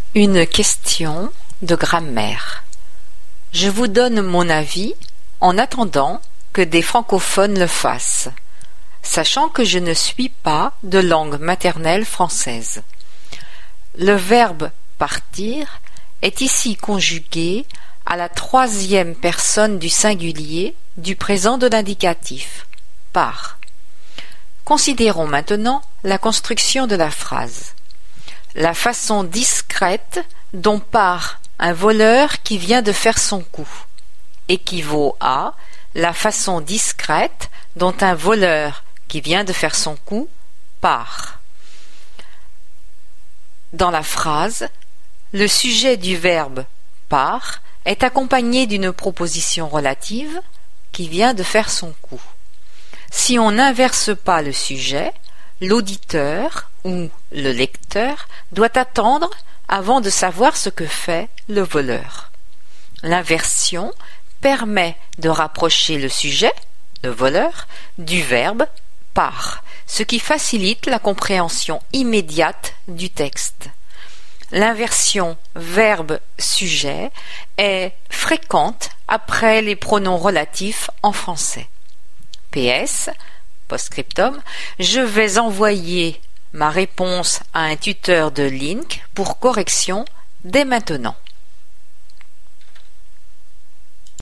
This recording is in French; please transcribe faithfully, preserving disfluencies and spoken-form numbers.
Une question de grammaire. Je vous donne mon avis en attendant que des francophones le fassent, sachant que je ne suis pas de langue maternelle française. Le verbe partir est ici conjugué à la troisième personne du singulier du présent de l'indicatif, part. Considérons maintenant la construction de la phrase. La façon discrète dont part un voleur qui vient de faire son coup équivaut à la façon discrète dont un voleur qui vient de faire son coup part. Dans la phrase, le sujet du verbe part est accompagné d'une proposition relative qui vient de faire son coup. Si on n'inverse pas le sujet, l'auditeur ou le lecteur doit attendre avant de savoir ce que fait le voleur. L'inversion permet de rapprocher le sujet, le voleur, du verbe part, ce qui facilite la compréhension immédiate du texte. L'inversion verbe-sujet est fréquente après les pronoms relatifs en français. P S, post-scriptum, je vais envoyer ma réponse à un tuteur de Link pour correction dès maintenant.